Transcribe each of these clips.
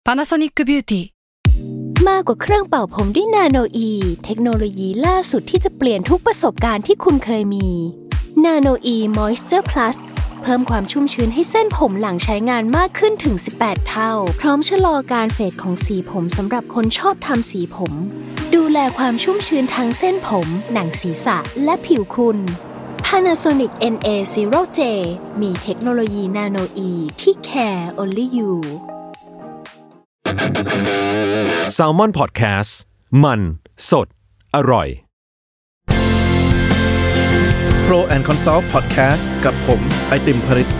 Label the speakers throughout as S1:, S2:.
S1: Panasonic Beauty
S2: มากกว่าเครื่องเป่าผมด้วยนาโนอีเทคโนโลยีล่าสุดที่จะเปลี่ยนทุกประสบการณ์ที่คุณเคยมีนาโนอีมอยส์เจอร์พลัสเพิ่มความชุ่มชื้นให้เส้นผมหลังใช้งานมากขึ้นถึง18เท่าพร้อมชะลอการเฟดของสีผมสำหรับคนชอบทำสีผมดูแลความชุ่มชื้นทั้งเส้นผมหนังศีรษะและผิวคุณ Panasonic NA0J มีเทคโนโลยีนาโนอีที่ care only you
S3: Salmon Podcast มันสดอร่อย
S4: Pro and Consult Podcast กับผมไอติมภริษ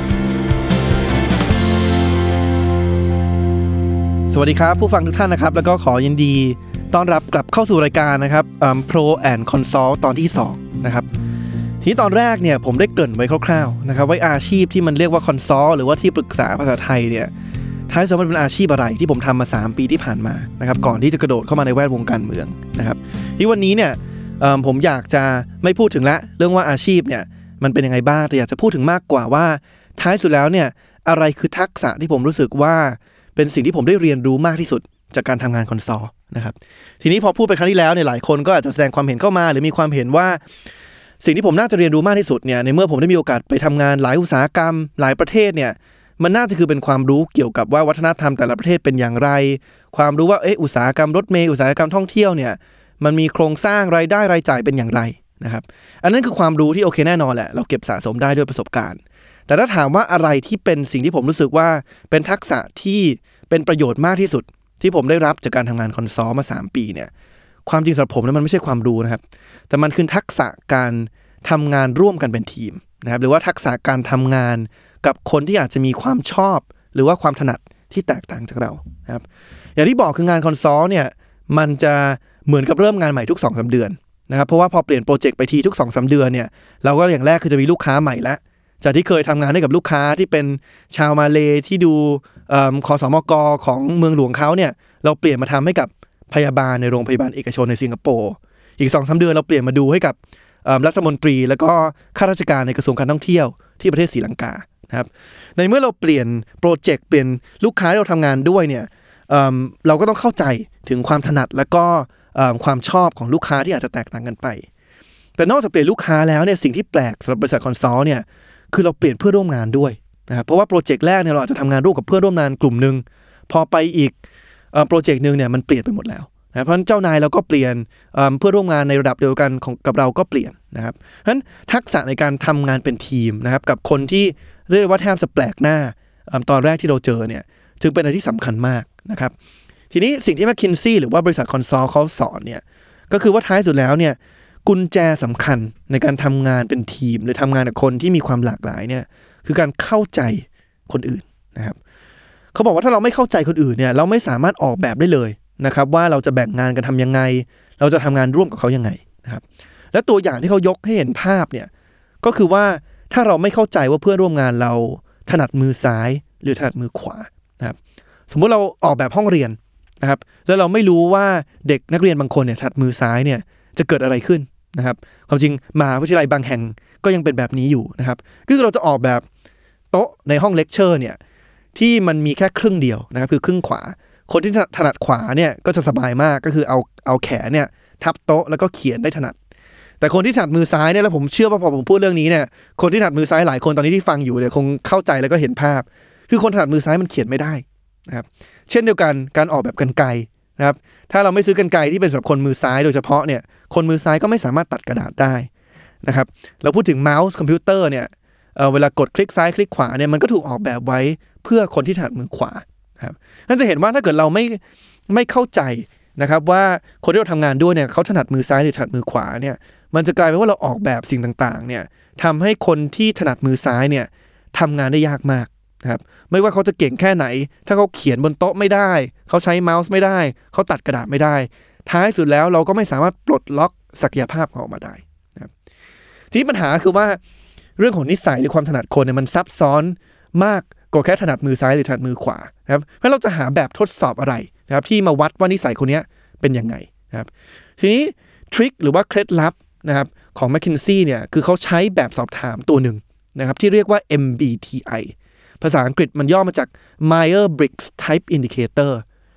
S4: สวัสดีครับผู้ฟังทุกท่านนะครับแล้วก็ขอยินดีต้อนรับกลับเข้าสู่รายการนะครับPro and Consult ตอนที่2นะครับทีนี้ตอนแรกเนี่ยผมได้เกริ่นไว้คร่าวๆนะครับว่าอาชีพที่มันเรียกว่า Consult หรือว่าที่ปรึกษาภาษาไทยเนี่ยท้ายสุดมันเป็นอาชีพอะไรที่ผมทำมา3ปีที่ผ่านมานะครับก่อนที่จะกระโดดเข้ามาในแวดวงการเมืองนะครับที่วันนี้เนี่ยผมอยากจะไม่พูดถึงละเรื่องว่าอาชีพเนี่ยมันเป็นยังไงบ้างแต่อยากจะพูดถึงมากกว่าว่าท้ายสุดแล้วเนี่ยอะไรคือทักษะที่ผมรู้สึกว่าเป็นสิ่งที่ผมได้เรียนรู้มากที่สุดจากการทำงานคอนซัลท์นะครับทีนี้พอพูดไปครั้งที่แล้วเนี่ยหลายคนก็อาจจะแสดงความเห็นเข้ามาหรือมีความเห็นว่าสิ่งที่ผมน่าจะเรียนรู้มากที่สุดเนี่ยในเมื่อผมได้มีโอกาสไปทำงานหลายอุตสาหกรรมหลายประเทศเนี่ยมันน่าจะคือเป็นความรู้เกี่ยวกับว่าวัฒนธรรมแต่ละประเทศเป็นอย่างไรความรู้ว่าอุตสาหกรรมรถเมล์อุตสาหกรรมท่องเที่ยวเนี่ยมันมีโครงสร้างรายได้รายจ่ายเป็นอย่างไรนะครับอันนั้นคือความรู้ที่โอเคแน่นอนแหละเราเก็บสะสมได้ด้วยประสบการณ์แต่ถ้าถามว่าอะไรที่เป็นสิ่งที่ผมรู้สึกว่าเป็นทักษะที่เป็นประโยชน์มากที่สุดที่ผมได้รับจากการทำงานคอนซัลท์มา3ปีเนี่ยความจริงสำหรับผมแล้วมันไม่ใช่ความรู้นะครับแต่มันคือทักษะการทำงานร่วมกันเป็นทีมนะครับหรือว่าทักษะการทำงานกับคนที่อาจจะมีความชอบหรือว่าความถนัดที่แตกต่างจากเรานะครับอย่างที่บอกคืองานคอนซัลท์เนี่ยมันจะเหมือนกับเริ่มงานใหม่ทุก 2-3 เดือนนะครับเพราะว่าพอเปลี่ยนโปรเจกต์ไปทีทุก 2-3 เดือนเนี่ยเราก็อย่างแรกคือจะมีลูกค้าใหม่แล้วจากที่เคยทำงานให้กับลูกค้าที่เป็นชาวมาเลที่ดูคสมกของเมืองหลวงเขาเนี่ยเราเปลี่ยนมาทำให้กับพยาบาลในโรงพยาบาลเอกชนในสิงคโปร์อีก 2-3 เดือนเราเปลี่ยนมาดูให้กับรัฐมนตรีแล้วก็ข้าราชการในกระทรวงการท่องเที่ยวที่ประเทศศรีลังกานะครับในเมื่อเราเปลี่ยนโปรเจกต์เปลี่ยนลูกค้าที่เราทำงานด้วยเนี่ยเราก็ต้องเข้าใจถึงความถนัดและก็ความชอบของลูกค้าที่อาจจะแตกต่างกันไปแต่นอกจากเปลี่ยนลูกค้าแล้วเนี่ยสิ่งที่แปลกสำหรับบริษัทคอนซัลท์เนี่ยคือเราเปลี่ยนเพื่อนร่วมงานด้วยนะครับเพราะว่าโปรเจกต์แรกเนี่ยเราอาจจะทำงานร่วมกับเพื่อนร่วมงานกลุ่มนึงพอไปอีกโปรเจกต์นึงเนี่ยมันเปลี่ยนไปหมดแล้วนะเพราะฉะนั้นเจ้านายเราก็เปลี่ยนเพื่อนร่วมงานในระดับเดียวกันของกับเราก็เปลี่ยนนะครับเพราะฉะนั้นทักษะในการทำงานเป็นทีมนะครับกับคนที่เรียกว่าแทบจะแปลกหน้าตอนแรกที่เราเจอเนี่ยจึงเป็นอะไรที่สำคัญมากนะครับทีนี้สิ่งที่ McKinsey หรือว่าบริษัทคอนซัลท์เขาสอนเนี่ยก็คือว่าท้ายสุดแล้วเนี่ยกุญแจสำคัญในการทำงานเป็นทีมหรือทำงานกับคนที่มีความหลากหลายเนี่ยคือการเข้าใจคนอื่นนะครับเขาบอกว่าถ้าเราไม่เข้าใจคนอื่นเนี่ยเราไม่สามารถออกแบบได้เลยนะครับว่าเราจะแบ่งงานกันทำยังไงเราจะทำงานร่วมกับเขายังไงนะครับและตัวอย่างที่เขายกให้เห็นภาพเนี่ยก็คือว่าถ้าเราไม่เข้าใจว่าเพื่อนร่วมงานเราถนัดมือซ้ายหรือถนัดมือขวานะครับสมมุติเราออกแบบห้องเรียนนะครับแล้วเราไม่รู้ว่าเด็กนักเรียนบางคนเนี่ยถนัดมือซ้ายเนี่ยจะเกิดอะไรขึ้นนะครับความจริงมหาวิทยาลัยบางแห่งก็ยังเป็นแบบนี้อยู่นะครับคือเราจะออกแบบโต๊ะในห้องเลคเชอร์เนี่ยที่มันมีแค่ครึ่งเดียวนะครับคือครึ่งขวาคนที่ถนัดขวาเนี่ยก็จะสบายมากก็คือเอาแขนเนี่ยทับโต๊ะแล้วก็เขียนได้ถนัดแต่คนที่ถนัดมือซ้ายเนี่ยแล้วผมเชื่อว่าพอผมพูดเรื่องนี้เนี่ยคนที่ถนัดมือซ้ายหลายคนตอนนี้ที่ฟังอยู่เนี่ยคงเข้าใจแล้วก็เห็นภาพคือคนถนัดมือซ้ายมันเขียนไม่ได้นะครับเช่นเดียวกันการออกแบบกรรไกรนะครับถ้าเราไม่ซื้อกรรไกรที่เป็นสำหรับคนมือซ้ายโดยเฉพาะเนี่ยคนมือซ้ายก็ไม่สามารถตัดกระดาษได้นะครับเราพูดถึงเมาส์คอมพิวเตอร์เนี่ยเวลากดคลิกซ้ายคลิกขวาเนี่ยมันก็ถูกออกแบบไว้เพื่อคนที่ถนัดมือขวาครับนั่นจะเห็นว่าถ้าเกิดเราไม่เข้าใจนะครับว่าคนที่เราทำงานด้วยเนี่ยเขาถนัดมือซ้ายหรือถนัดมือขวาเนี่ยมันจะกลายเป็นว่าเราออกแบบสิ่งต่างๆเนี่ยทำให้คนที่ถนัดมือซ้ายเนี่ยทำงานได้ยากมากนะครับไม่ว่าเขาจะเก่งแค่ไหนถ้าเขาเขียนบนโต๊ะไม่ได้เขาใช้เมาส์ไม่ได้เขาตัดกระดาษไม่ได้ท้ายสุดแล้วเราก็ไม่สามารถปลดล็อกศักยภาพเขาออกมาได้นะครับทีนี้ปัญหาคือว่าเรื่องของนิสัยหรือความถนัดคนเนี่ยมันซับซ้อนมากกว่าแค่ถนัดมือซ้ายหรือถนัดมือขวานะครับเพราะเราจะหาแบบทดสอบอะไรนะครับที่มาวัดว่านิสัยคนนี้เป็นยังไงนะครับทีนี้ทริคหรือว่าเคล็ดลับนะครับของ McKinsey เนี่ยคือเขาใช้แบบสอบถามตัวหนึ่งนะครับที่เรียกว่า MBTI ภาษาอังกฤษมันย่อมาจาก Myers-Briggs Type Indicator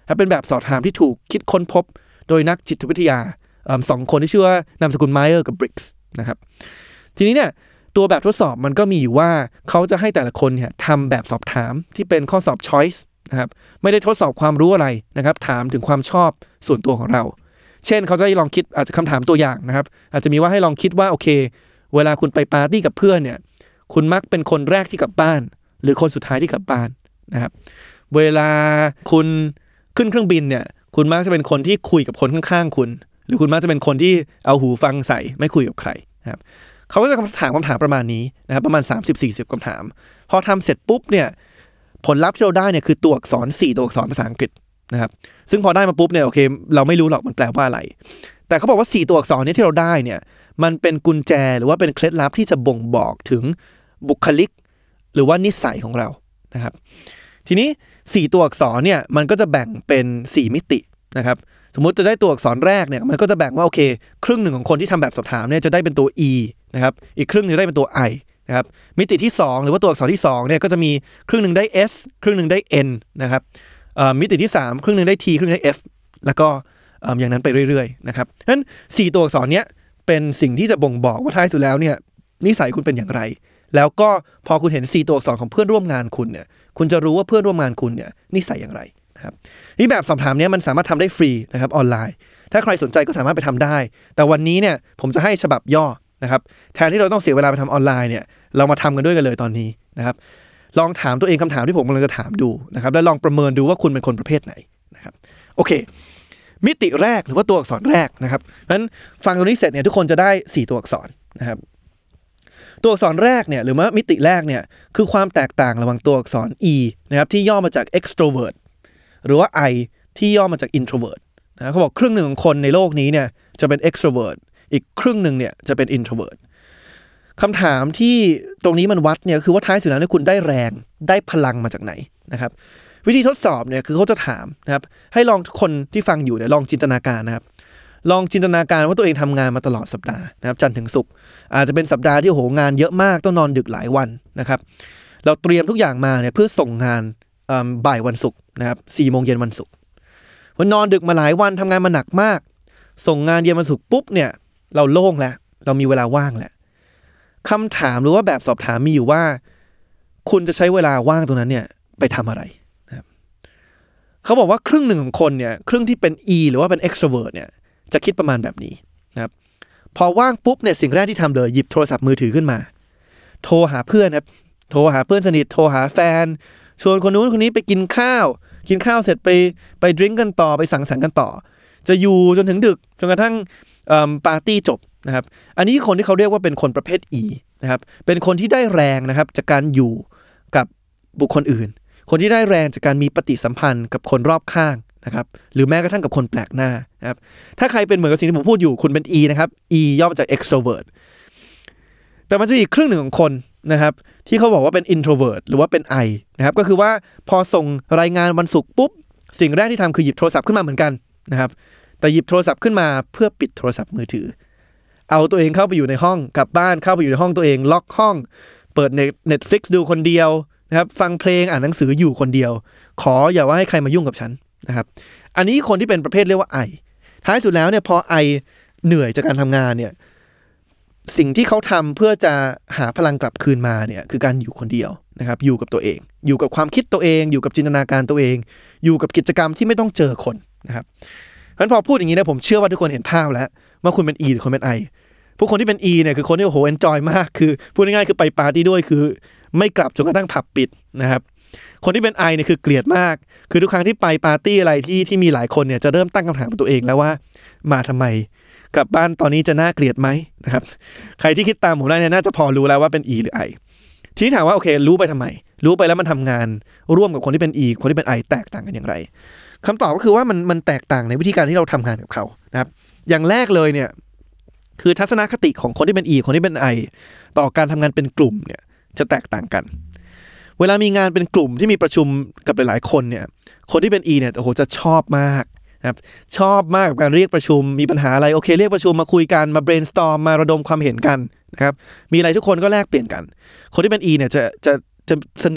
S4: เป็นแบบสอบถามที่ถูกคิดค้นพบโดยนักจิตวิทยา2 คนที่ชื่อว่านามสกุลไมเออร์กับบริกส์นะครับทีนี้เนี่ยตัวแบบทดสอบมันก็มีอยู่ว่าเขาจะให้แต่ละคนเนี่ยทำแบบสอบถามที่เป็นข้อสอบ choice นะครับไม่ได้ทดสอบความรู้อะไรนะครับถามถึงความชอบส่วนตัวของเราเช่นเขาจะให้ลองคิดอาจจะคำถามตัวอย่างนะครับอาจจะมีว่าให้ลองคิดว่าโอเคเวลาคุณไปปาร์ตี้กับเพื่อนเนี่ยคุณมักเป็นคนแรกที่กลับบ้านหรือคนสุดท้ายที่กลับบ้านนะครับเวลาคุณขึ้นเครื่องบินเนี่ยคุณมักจะเป็นคนที่คุยกับคนข้างๆคุณหรือคุณมักจะเป็นคนที่เอาหูฟังใส่ไม่คุยกับใครนะครับเขาก็จะถามคำถามประมาณนี้นะครับประมาณ 30-40 คำถามพอทำเสร็จปุ๊บเนี่ยผลลัพธ์ที่เราได้เนี่ยคือตัวอักษร4ตัวอักษรภาษาอังกฤษนะครับซึ่งพอได้มาปุ๊บเนี่ยโอเคเราไม่รู้หรอกมันแปลว่าอะไรแต่เขาบอกว่า4ตัวอักษรนี้ที่เราได้เนี่ยมันเป็นกุญแจหรือว่าเป็นเคล็ดลับที่จะบ่งบอกถึงบุคลิกหรือว่านิสัยของเรานะครับทีนี้4ตัวอักษรเนี่ยมันก็จะแบ่งเป็น4มิตินะครับสมมุติจะได้ตัวอักษรแรกเนี่ยมันก็จะแบ่งว่าโอเคครึ่งหนึ่งของคนที่ทำแบบสอบถามเนี่ยจะได้เป็นตัว E นะครับอีกครึ่งนึงจะได้เป็นตัว I นะครับมิติที่2หรือว่าตัวอักษรที่2เนี่ยก็จะมีครึ่งนึงได้ S ครึ่งนึงได้ N นะครับมิติที่3ครึ่งนึงได้ T ครึ่งนึงได้ F แล้วก็อย่างนั้นไปเรื่อยๆนะครับเพราะฉะนั้น4ตัวอักษรเนี้ยเป็นสิ่งที่จะบ่งบอกว่าท้ายสุดแล้วเนี่ยนิสัยคุณเป็นอย่างไรแล้วก็พอคุณเห็น4ตัวอักษรของเพื่อนร่วมงานคุณเนี่ยคุณจะรู้ว่าเพื่อนร่วมงานคุณเนี่ยนิสัยอย่างไรนะครับนี่แบบสอบถามเนี้ยมันสามารถทำได้ฟรีนะครับออนไลน์ถ้าใครสนใจก็สามารถไปทำได้แต่วันนี้เนี่ยผมจะให้ฉบับย่อนะครับแทนที่เราต้องเสียเวลาไปทำออนไลน์เนี่ยเรามาทำกันด้วยกันเลยตอนนี้นะครับลองถามตัวเองคำถามที่ผมกำลังจะถามดูนะครับแล้วลองประเมินดูว่าคุณเป็นคนประเภทไหนนะครับโอเคมิติแรกหรือว่าตัวอักษรแรกนะครับงั้นฟังตรงนี้เสร็จเนี่ยทุกคนจะได้4ตัวอักษรนะครับตัวอักษรแรกเนี่ยหรือว่ามิติแรกเนี่ยคือความแตกต่างระหว่างตัวอักษร E นะครับที่ย่อมาจาก extrovert หรือว่า I ที่ย่อมาจาก introvert นะเขาบอกครึ่งหนึ่งของคนในโลกนี้เนี่ยจะเป็น extrovert อีกครึ่งหนึ่งเนี่ยจะเป็น introvert คำถามที่ตรงนี้มันวัดเนี่ยคือว่าท้ายสุดแล้วเนี่ยคุณได้แรงได้พลังมาจากไหนนะครับวิธีทดสอบเนี่ยคือเขาจะถามนะครับให้ลองทุกคนที่ฟังอยู่เนี่ยลองจินตนาการนะครับลองจินตนาการว่าตัวเองทำงานมาตลอดสัปดาห์นะครับจันทร์ถึงศุกร์อาจจะเป็นสัปดาห์ที่โหงานเยอะมากต้องนอนดึกหลายวันนะครับเราเตรียมทุกอย่างมาเนี่ยเพื่อส่งงานบ่ายวันศุกร์นะครับ 4:00 นวันศุกร์วันนอนดึกมาหลายวันทำงานมาหนักมากส่งงานเย็นวันศุกร์ปุ๊บเนี่ยเราโล่งแล้วเรามีเวลาว่างแล้วคำถามหรือว่าแบบสอบถามมีอยู่ว่าคุณจะใช้เวลาว่างตรงนั้นเนี่ยไปทำอะไรนะครับเขาบอกว่าครึ่งหนึ่งของคนเนี่ยครึ่งที่เป็น E หรือว่าเป็น extrovert เนี่ยจะคิดประมาณแบบนี้นะครับพอว่างปุ๊บเนี่ยสิ่งแรกที่ทำเลยหยิบโทรศัพท์มือถือขึ้นมาโทรหาเพื่อนครับโทรหาเพื่อนสนิทโทรหาแฟนชวนคนนู้นคนนี้ไปกินข้าวเสร็จไปดื่มกันต่อไปสังสรรค์กันต่อจะอยู่จนถึงดึกจนกระทั่งปาร์ตี้จบนะครับอันนี้คนที่เขาเรียกว่าเป็นคนประเภท E นะครับเป็นคนที่ได้แรงนะครับจากการอยู่กับบุคคลอื่นคนที่ได้แรงจากการมีปฏิสัมพันธ์กับคนรอบข้างนะครับหรือแม้กระทั่งกับคนแปลกหน้านะครับถ้าใครเป็นเหมือนกับสิ่งที่ผมพูดอยู่คุณเป็น E นะครับ E ย่อมาจาก extrovert แต่มันจะมีอีกครึ่งหนึ่งของคนนะครับที่เขาบอกว่าเป็น introvert หรือว่าเป็น I นะครับก็คือว่าพอส่งรายงานวันศุกร์ปุ๊บสิ่งแรกที่ทำคือหยิบโทรศัพท์ขึ้นมาเหมือนกันนะครับแต่หยิบโทรศัพท์ขึ้นมาเพื่อปิดโทรศัพท์มือถือเอาตัวเองเข้าไปอยู่ในห้องกลับบ้านเข้าไปอยู่ในห้องตัวเองล็อกห้องเปิด Netflix ดูคนเดียวนะครับฟังเพลงอ่านหนังสืออยู่คนเดียวขออย่าว่าให้ใครมายุ่งกับฉันนะครับอันนี้คนที่เป็นประเภทเรียกว่า I ท้ายสุดแล้วเนี่ยพอ I เหนื่อยจากการทำงานเนี่ยสิ่งที่เขาทำเพื่อจะหาพลังกลับคืนมาเนี่ยคือการอยู่คนเดียวนะครับอยู่กับตัวเองอยู่กับความคิดตัวเองอยู่กับจินตนาการตัวเองอยู่กับกิจกรรมที่ไม่ต้องเจอคนนะครับเพราะฉะนั้นพอพูดอย่างนี้นะผมเชื่อว่าทุกคนเห็นภาพแล้วว่าคุณเป็น E หรือคนเป็น I พวกคนที่เป็น E เนี่ยคือคนที่โอ้โหเอนจอยมากคือพูดง่ายๆคือไปปาร์ตี้ด้วยคือไม่กลับจนกระทั่งผับปิดนะครับคนที่เป็น I เนี่ยคือเกลียดมากคือทุกครั้งที่ไปปาร์ตี้อะไรที่มีหลายคนเนี่ยจะเริ่มตั้งคำถามกับตัวเองแล้วว่ามาทำไมกลับบ้านตอนนี้จะน่าเกลียดไหมนะครับใครที่คิดตามผมได้เนี่ยน่าจะพอรู้แล้วว่าเป็น E หรือ I ทีนี้ถามว่าโอเครู้ไปทำไมรู้ไปแล้วมันทำงานร่วมกับคนที่เป็น E คนที่เป็น I แตกต่างกันอย่างไรคำตอบก็คือว่ามันแตกต่างในวิธีการที่เราทำงานกับเขานะครับอย่างแรกเลยเนี่ยคือทัศนคติของคนที่เป็น E คนที่เป็น I ต่อการทำงานเป็นกลุ่มเนี่ยจะแตกต่างกันเวลามีงานเป็นกลุ่มที่มีประชุมกับหลายๆคนเนี่ยคนที่เป็น E เนี่ยโอ้โหจะชอบมากนะครับชอบมากกับการเรียกประชุมมีปัญหาอะไรโอเคเรียกประชุมมาคุยกันมา brainstorm มาระดมความเห็นกันนะครับมีอะไรทุกคนก็แลกเปลี่ยนกันคนที่เป็น E เนี่ยจะสนุก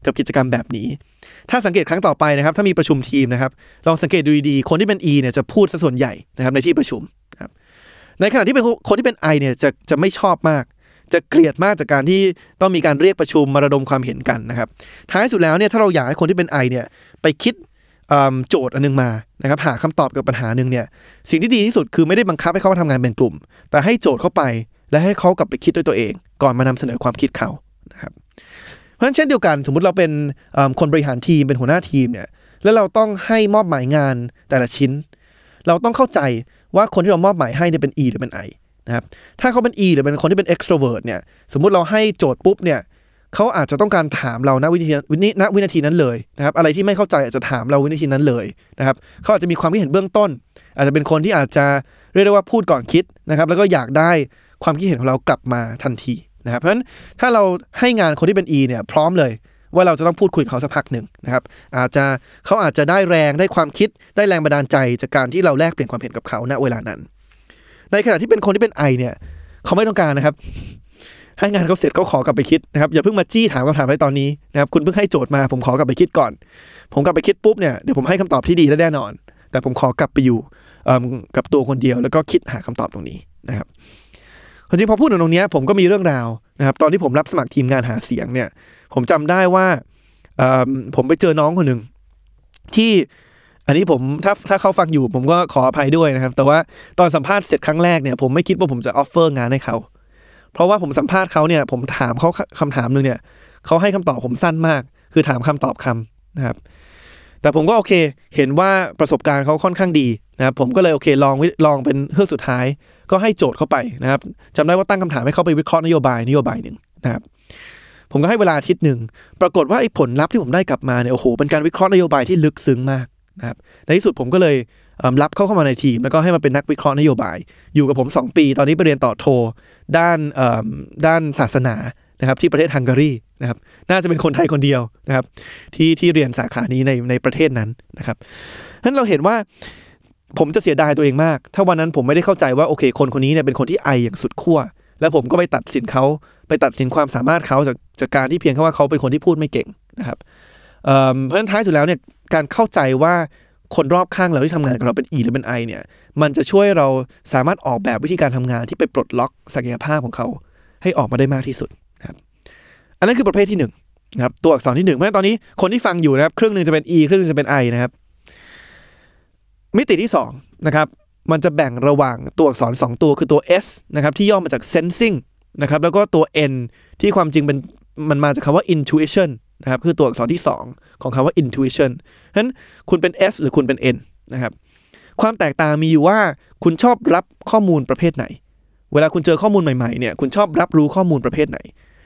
S4: กับกิจกรรมแบบนี้ถ้าสังเกตครั้งต่อไปนะครับถ้ามีประชุมทีมนะครับลองสังเกตดูดีๆคนที่เป็น E เนี่ยจะพูดซะส่วนใหญ่นะครับในที่ประชุมนะครับในขณะที่เป็นคนที่เป็น I เนี่ยจะไม่ชอบมากจะเกลียดมากจากการที่ต้องมีการเรียกประชุมมาระดมความเห็นกันนะครับท้ายสุดแล้วเนี่ยถ้าเราอยากให้คนที่เป็น I เนี่ยไปคิดโจทย์อันนึงมานะครับหาคำตอบกับปัญหานึงเนี่ยสิ่งที่ดีที่สุดคือไม่ได้บังคับให้เขามาทำงานเป็นกลุ่มแต่ให้โจทย์เข้าไปและให้เขากลับไปคิดด้วยตัวเองก่อนมานำเสนอความคิดเขานะครับเพราะฉะนั้นเช่นเดียวกันสมมุติเราเป็นคนบริหารทีมเป็นหัวหน้าทีมเนี่ยแล้วเราต้องให้มอบหมายงานแต่ละชิ้นเราต้องเข้าใจว่าคนที่เรามอบหมายให้เนี่ยเป็น E หรือเป็น I นะครับถ้าเขาเป็น E หรือเป็นคนที่เป็น extrovert เนี่ยสมมุติเราให้โจทย์ปุ๊บเนี่ยเขาอาจจะต้องการถามเราณวินาทีนั้นเลยนะครับอะไรที่ไม่เข้าใจอาจจะถามเราวินาทีนั้นเลยนะครับเขาอาจจะมีความคิดเห็นเบื้องต้นอาจจะเป็นคนที่อาจจะเรียกได้ว่าพูดก่อนคิดนะครับแล้วก็อยากได้ความคิดเห็นของเรากลับมาทันทีนะครับเพราะฉะนั้นถ้าเราให้งานคนที่เป็น E เนี่ยพร้อมเลยว่าเราจะต้องพูดคุยกับเขาสักพักหนึ่งนะครับเขาอาจจะได้แรงได้ความคิดได้แรงบันดาลใจจากการที่เราแลกเปลี่ยนความเห็นกับเขาณเวลานั้นในขณะที่เป็นคนที่เป็น I เนี่ยเขาไม่ต้องการนะครับให้งานเขาเสร็จเขาขอกลับไปคิดนะครับอย่าเพิ่งมาจี้ถามคำถามในตอนนี้นะครับคุณเพิ่งให้โจทย์มาผมขอกลับไปคิดก่อนผมกลับไปคิดปุ๊บเนี่ยเดี๋ยวผมให้คำตอบที่ดีและแน่นอนแต่ผมขอกลับไปอยู่กับตัวคนเดียวแล้วก็คิดหาคำตอบตรงนี้นะครับจริงพอพูดถึงตรงนี้ผมก็มีเรื่องราวนะครับตอนที่ผมรับสมัครทีมงานหาเสียงเนี่ยผมจำได้ว่าผมไปเจอน้องคนหนึ่งที่อันนี้ผมถ้าเขาฟังอยู่ผมก็ขออภัยด้วยนะครับแต่ว่าตอนสัมภาษณ์เสร็จครั้งแรกเนี่ยผมไม่คิดว่าผมจะออฟเฟอร์งานให้เขาเพราะว่าผมสัมภาษณ์เขาเนี่ยผมถามเขาคำถามนึงเนี่ยเขาให้คำตอบผมสั้นมากคือถามคำตอบคำนะครับแต่ผมก็โอเคเห็นว่าประสบการณ์เขาค่อนข้างดีนะครับผมก็เลยโอเคลองเป็นเรื่องสุดท้ายก็ให้โจทย์เข้าไปนะครับจำได้ว่าตั้งคำถามให้เขาไปวิเคราะห์นโยบายนึงนะครับผมก็ให้เวลาอาทิตย์นึงปรากฏว่าไอ้ผลลัพธ์ที่ผมได้กลับมาเนี่ยโอ้โหเป็นการวิเคราะห์นโยบายที่ลึกซึ้งมากนะครับในที่สุดผมก็เลยรับเข้ามาในทีมแล้วก็ให้มาเป็นนักวิเคราะห์นโยบายอยู่กับผม2ปีตอนนี้ไปเรียนต่อโทด้านศาสนานะครับที่ประเทศฮังการีนะครับน่าจะเป็นคนไทยคนเดียวนะครับที่เรียนสาขานี้ในประเทศนั้นนะครับฉะนั้นเราเห็นว่าผมจะเสียดายตัวเองมากถ้าวันนั้นผมไม่ได้เข้าใจว่าโอเคคนนี้เนี่ยเป็นคนที่ไออย่างสุดขั้วแล้วผมก็ไปตัดสินความสามารถเขาจากการที่เพียงแค่ว่าเขาเป็นคนที่พูดไม่เก่งนะครับเพราะฉะนั้นท้ายสุดแล้วเนี่ยการเข้าใจว่าคนรอบข้างเราที่ทำงานกับเราเป็น E หรือเป็น I เนี่ยมันจะช่วยเราสามารถออกแบบวิธีการทำงานที่ไปปลดล็อกศักยภาพของเขาให้ออกมาได้มากที่สุดนะครับอันนั้นคือประเภทที่1นะครับตัวอักษรที่1เพราะฉะนั้นตอนนี้คนที่ฟังอยู่นะครับครึ่งนึงจะเป็น E ครึ่งนึงจะเป็น I นะครับมิติที่2นะครับมันจะแบ่งระหว่างตัวอักษร2ตัวคือตัว S นะครับที่ย่อมาจาก sensing นะครับแล้วก็ตัว N ที่ความจริงมันมาจากคำว่า intuition นะครับคือตัวอักษรที่2ของคำว่า intuition ฉะนั้นคุณเป็น S หรือคุณเป็น N นะครับความแตกต่างมีอยู่ว่าคุณชอบรับข้อมูลประเภทไหนเวลาคุณเจอข้อมูลใหม่ๆเนี่ยคุณชอบรับรู้ข้อมูลประเภทไหน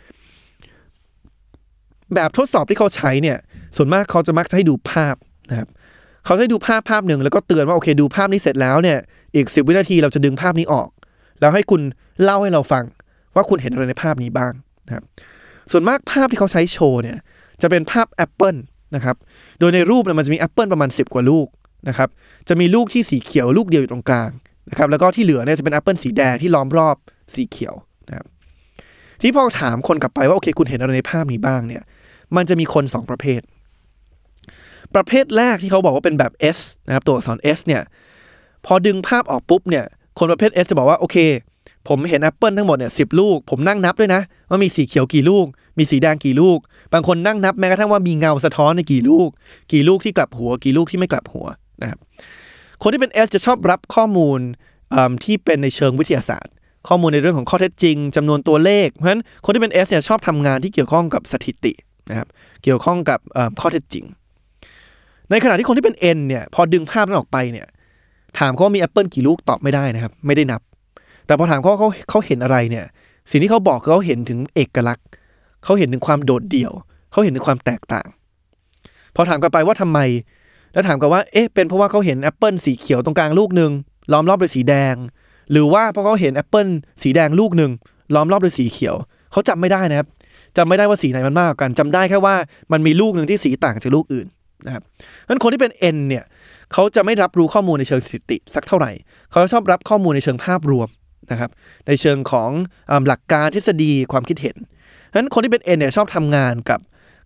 S4: แบบทดสอบที่เขาใช้เนี่ยส่วนมากเขาจะมักจะให้ดูภาพนะครับเขาจะให้ดูภาพหนึ่งแล้วก็เตือนว่าโอเคดูภาพนี้เสร็จแล้วเนี่ยอีก10วินาทีเราจะดึงภาพนี้ออกแล้วให้คุณเล่าให้เราฟังว่าคุณเห็นอะไรในภาพนี้บ้างนะครับส่วนมากภาพที่เขาใช้โชว์เนี่ยจะเป็นภาพแอปเปิลนะครับโดยในรูปเนี่ยมันจะมีแอปเปิลประมาณ10กว่าลูกนะครับจะมีลูกที่สีเขียวลูกเดียวอยู่ตรงกลางนะครับแล้วก็ที่เหลือเนี่ยจะเป็นแอปเปิลสีแดงที่ล้อมรอบสีเขียวนะครับที่พอถามคนกลับไปว่าโอเคคุณเห็นอะไรในภาพนี้บ้างเนี่ยมันจะมีคน2ประเภทแรกที่เขาบอกว่าเป็นแบบ S นะครับตัวอักษร S เนี่ยพอดึงภาพออกปุ๊บเนี่ยคนประเภท S จะบอกว่าโอเคผมเห็นแอปเปิลทั้งหมดเนี่ย10ลูกผมนั่งนับด้วยนะว่ามีสีเขียวกี่ลูกมีสีแดงกี่ลูกบางคนนั่งนับแม้กระทั่งว่ามีเงาสะท้อนในกี่ลูกที่กลับหัวกี่ลูกที่ไม่กลับหัวนะครับคนที่เป็น S จะชอบรับข้อมูลที่เป็นในเชิงวิทยาศาสตร์ข้อมูลในเรื่องของข้อเท็จจริงจำนวนตัวเลขเพราะฉะนั้นคนที่เป็น S เนี่ยชอบทำงานที่เกี่ยวข้องกับสถิตินะครับเกี่ยวข้องกับข้อเท็จจริงในขณะที่คนที่เป็น N เนี่ยพอดึงภาพนั้นออกไปเนี่ยถามเขาว่ามีแอปเปิลกี่ลูกตอบไม่ได้นะครับไม่ได้นับแต่พอถามเขาเห็นอะไรเนี่ยสิ่งที่เขาบอกคือเขาเห็นถึงเอกลักษณ์เขาเห็นถึงความโดดเดี่ยวเขาเห็นถึงความแตกต่างพอถามกลับไปว่าทำไมแล้วถามกลับว่าเป็นเพราะว่าเขาเห็นแอปเปิลสีเขียวตรงกลางลูกนึงล้อมรอบด้วยสีแดงหรือว่าเพราะเขาเห็นแอปเปิลสีแดงลูกนึงล้อมรอบด้วยสีเขียวเขาจำไม่ได้นะครับจำไม่ได้ว่าสีไหนมันมากกว่ากันจำได้แค่ว่ามันมีลูกนึงที่สีต่างจากลูกอื่นนะครับงั้นคนที่เป็น N เนี่ยเขาจะไม่รับรู้ข้อมูลในเชิงสถิติสักเท่าไหร่เขาชอบรับข้อมูลในเชิงภาพรวมนะครับในเชิงของหลักการทฤษฎีความคิดเห็นงั้นคนที่เป็น N เนี่ยชอบทำงานกับ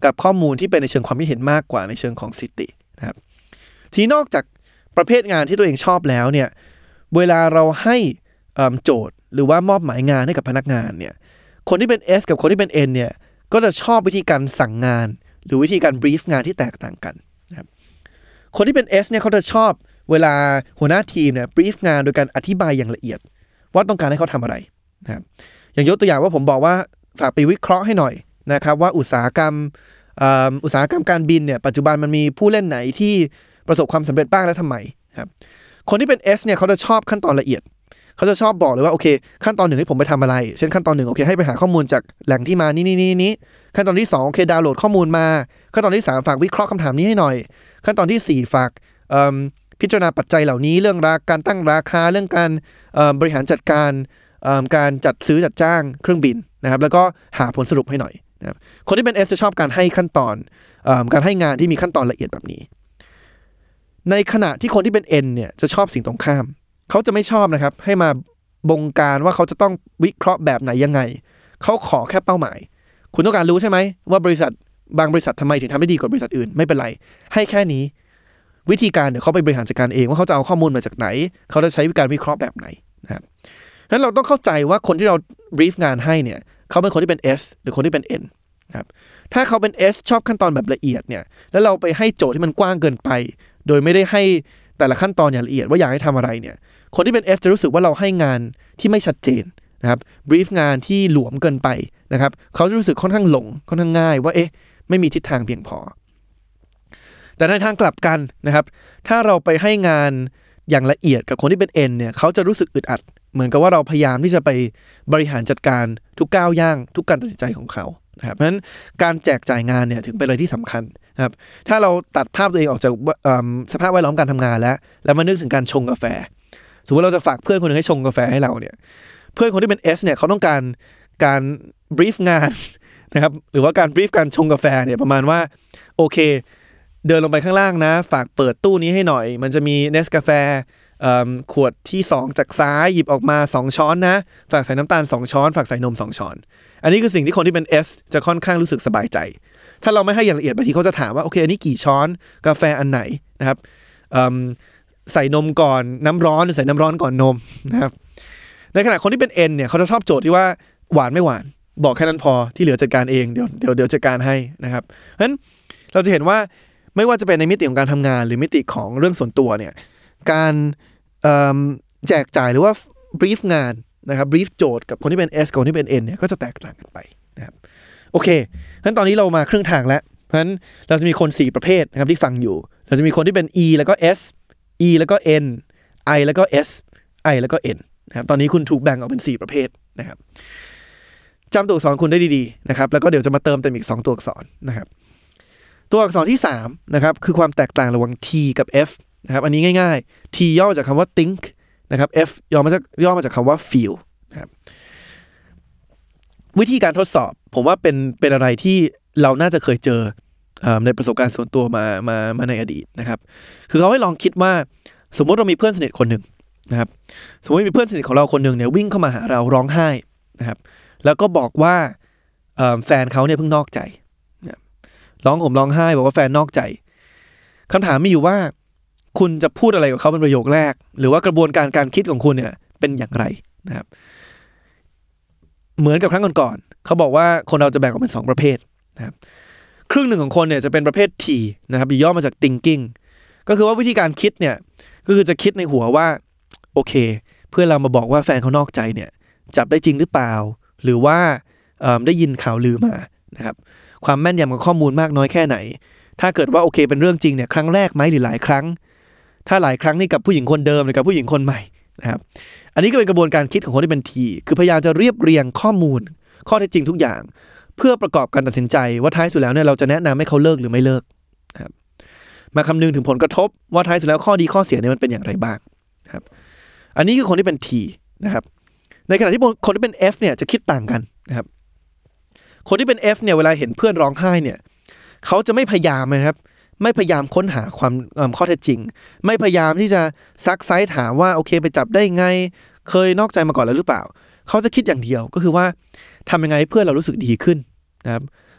S4: กับข้อมูลที่เป็นในเชิงความคิดเห็นมากกว่าในเชิงของสถิตินะครับทีนอกจากประเภทงานที่ตัวเองชอบแล้วเนี่ยเวลาเราให้โจทย์หรือว่ามอบหมายงานให้กับพนักงานเนี่ยคนที่เป็น S กับคนที่เป็น N เนี่ยก็จะชอบวิธีการสั่งงานหรือวิธีการบรีฟงานที่แตกต่างกันนะครับคนที่เป็น S เนี่ยเขาจะชอบเวลาหัวหน้าทีมเนี่ยบรีฟงานโดยการอธิบายอย่างละเอียดว่าต้องการให้เขาทำอะไรนะครับอย่างยกตัวอย่างว่าผมบอกว่าฝากไปวิเคราะห์ให้หน่อยนะครับว่าอุตสาหกรรมการบินเนี่ยปัจจุบันมันมีผู้เล่นไหนที่ประสบความสำเร็จบ้างและทำไมครับคนที่เป็น S เนี่ยเขาจะชอบขั้นตอนละเอียดเขาจะชอบบอกเลยว่าโอเคขั้นตอน1ให้ผมไปทำอะไรเช่นขั้นตอน1โอเคให้ไปหาข้อมูลจากแหล่งที่มานี่ขั้นตอนที่2โอเคดาวน์โหลดข้อมูลมาขั้นตอนที่3ฝากวิเคราะห์คำถามนี้ให้หน่อยขั้นตอนที่4ฝากพิจารณาปัจจัยเหล่านี้เรื่องการตั้งราคาเรื่องการบริหารจัดการการจัดซื้อจัดจ้างเครื่องบินนะครับแล้วก็หาผลสรุปให้หน่อยนะครับคนที่เป็น S จะชอบการให้ขั้นตอนการให้งานที่มีขั้นตอนละเอียดแบบนี้ในขณะที่คนที่เป็น N เนี่ยจะชอบสิ่งตรงข้ามเขาจะไม่ชอบนะครับให้มาบงการว่าเขาจะต้องวิเคราะห์แบบไหนยังไงเขาขอแค่เป้าหมายคุณต้องการรู้ใช่ไหมว่าบริษัทบางบริษัททำไมถึงทำได้ดีกว่าบริษัทอื่นไม่เป็นไรให้แค่นี้วิธีการเดี๋ยวเขาไปบริหารจัดการเองว่าเขาจะเอาข้อมูลมาจากไหนเขาจะใช้การวิเคราะห์แบบไหนนะครับฉะนั้นเราต้องเข้าใจว่าคนที่เราบรีฟงานให้เนี่ยเขาเป็นคนที่เป็น S หรือคนที่เป็น N ครับถ้าเขาเป็น S ชอบขั้นตอนแบบละเอียดเนี่ยแล้วเราไปให้โจทย์ที่มันกว้างเกินไปโดยไม่ได้ให้แต่ละขั้นตอนอย่างละเอียดว่าอยากให้ทำอะไรเนี่ยคนที่เป็น S จะรู้สึกว่าเราให้งานที่ไม่ชัดเจนนะครับบรีฟงานที่หลวมเกินไปนะครับเขาจะรู้สึกค่อนข้างหลงค่อนข้างง่ายว่าไม่มีทิศทางเพียงพอแต่ในทางกลับกันนะครับถ้าเราไปให้งานอย่างละเอียดกับคนที่เป็น N เนี่ยเขาจะรู้สึกอึดอัดเหมือนกับว่าเราพยายามที่จะไปบริหารจัดการทุกก้าวย่างทุกการตัดสินใจของเขานะครับเพราะฉะนั้นการแจกจ่ายงานเนี่ยถึงเป็นอะไรที่สำคัญนะครับถ้าเราตัดภาพตัวเองออกจากสภาพแวดล้อมการทำงานแล้วมานึกถึงการชงกาแฟสมมติเราจะฝากเพื่อนคนนึงให้ชงกาแฟให้เราเนี่ยเพื่อนคนที่เป็น S เนี่ยเขาต้องการบรีฟงานนะครับหรือว่าการบรีฟการชงกาแฟเนี่ยประมาณว่าโอเคเดินลงไปข้างล่างนะฝากเปิดตู้นี้ให้หน่อยมันจะมีเนสกาแฟขวดที่2จากซ้ายหยิบออกมา2ช้อนนะฝากใส่น้ำตาล2ช้อนฝากใส่นม2ช้อนอันนี้คือสิ่งที่คนที่เป็น S จะค่อนข้างรู้สึกสบายใจถ้าเราไม่ให้อย่างละเอียดบางทีเขาจะถามว่าโอเคอันนี้กี่ช้อนกาแฟอันไหนนะครับใส่นมก่อนน้ำร้อนหรือใส่น้ำร้อนก่อนนมนะครับในขณะคนที่เป็น N เนี่ยเขาจะชอบโจทย์ที่ว่าหวานไม่หวานบอกแค่นั้นพอที่เหลือจัดการเองเดี๋ยวจัดการให้นะครับเพราะฉะนั้นเราจะเห็นว่าไม่ว่าจะเป็นในมิติของการทำงานหรือมิติของเรื่องส่วนตัวเนี่ยการแจกจ่ายหรือว่าบรีฟงานนะครับบรีฟโจทย์กับคนที่เป็น S กับคนที่เป็น N เนี่ยก็จะแตกต่างกันไปนะครับโอเคเพราะฉะนั้นตอนนี้เรามาครึ่งทางแล้วเพราะฉะนั้นเราจะมีคน4ประเภทนะครับที่ฟังอยู่เราจะมีคนที่เป็น E แล้วก็ S E แล้วก็ N I แล้วก็ S I แล้วก็ N นะครับตอนนี้คุณถูกแบ่งออกเป็น4ประเภทนะครับจำตัวอักษรคุณได้ดีๆนะครับแล้วก็เดี๋ยวจะมาเติมเต็มอีก2ตัวอักษรนะครับตัวอักษรที่3นะครับคือความแตกต่างระหว่าง T กับ F นะครับอันนี้ง่ายๆ T ย่อมาจากคำว่า think นะครับ F ย่อมาจากคำว่า feel นะครับวิธีการทดสอบผมว่าเป็นอะไรที่เราน่าจะเคยเจอในประสบการณ์ส่วนตัวมาในอดีตนะครับคือเขาให้ลองคิดว่าสมมติเรามีเพื่อนสนิทคนหนึ่งนะครับสมมติมีเพื่อนสนิทของเราคนหนึ่งเนี่ยวิ่งเข้ามาหาเราร้องไห้นะครับแล้วก็บอกว่าแฟนเขาเนี่ยเพิ่งนอกใจร้องไห้บอกว่าแฟนนอกใจคำถามมีอยู่ว่าคุณจะพูดอะไรกับเขาเป็นประโยคแรกหรือว่ากระบวนการคิดของคุณเนี่ยเป็นอย่างไรนะครับเหมือนกับครั้งก่อนๆเขาบอกว่าคนเราจะแบ่งออกเป็น2ประเภทนะครับครึ่งหนึ่งของคนเนี่ยจะเป็นประเภท T นะครับย่อมาจาก thinking ก็คือว่าวิธีการคิดเนี่ยก็คือจะคิดในหัวว่าโอเคเพื่อนเรามาบอกว่าแฟนเขานอกใจเนี่ยจับได้จริงหรือเปล่าหรือว่าได้ยินข่าวลือมานะครับความแม่นยำของข้อมูลมากน้อยแค่ไหนถ้าเกิดว่าโอเคเป็นเรื่องจริงเนี่ยครั้งแรกไหมหรือหลายครั้งถ้าหลายครั้งนี่กับผู้หญิงคนเดิมหรือกับผู้หญิงคนใหม่นะครับอันนี้ก็เป็นกระบวนการคิดของคนที่เป็น T คือพยายามจะเรียบเรียงข้อมูลข้อเท็จจริงทุกอย่างเพื่อประกอบการตัดสินใจว่าท้ายสุดแล้วเนี่ยเราจะแนะนำให้เขาเลิกหรือไม่เลิกนะครับมาคำนึงถึงผลกระทบว่าท้ายสุดแล้วข้อดีข้อเสียเนี่ยมันเป็นอย่างไรบ้างนะครับอันนี้คือคนที่เป็น T นะครับในขณะที่คนที่เป็น F เนี่ยจะคิดต่างกันนะครับคนที่เป็น F เนี่ยเวลาเห็นเพื่อนร้องไห้เนี่ยเขาจะไม่พยายามนะครับไม่พยายามค้นหาความข้อเท็จจริงไม่พยายามที่จะซักไซส์ถามว่าโอเคไปจับได้ไงเคยนอกใจมาก่อนแล้วหรือเปล่าเขาจะคิดอย่างเดียวก็คือว่าทำยังไงให้เพื่อนเรารู้สึกดีขึ้นนะครับ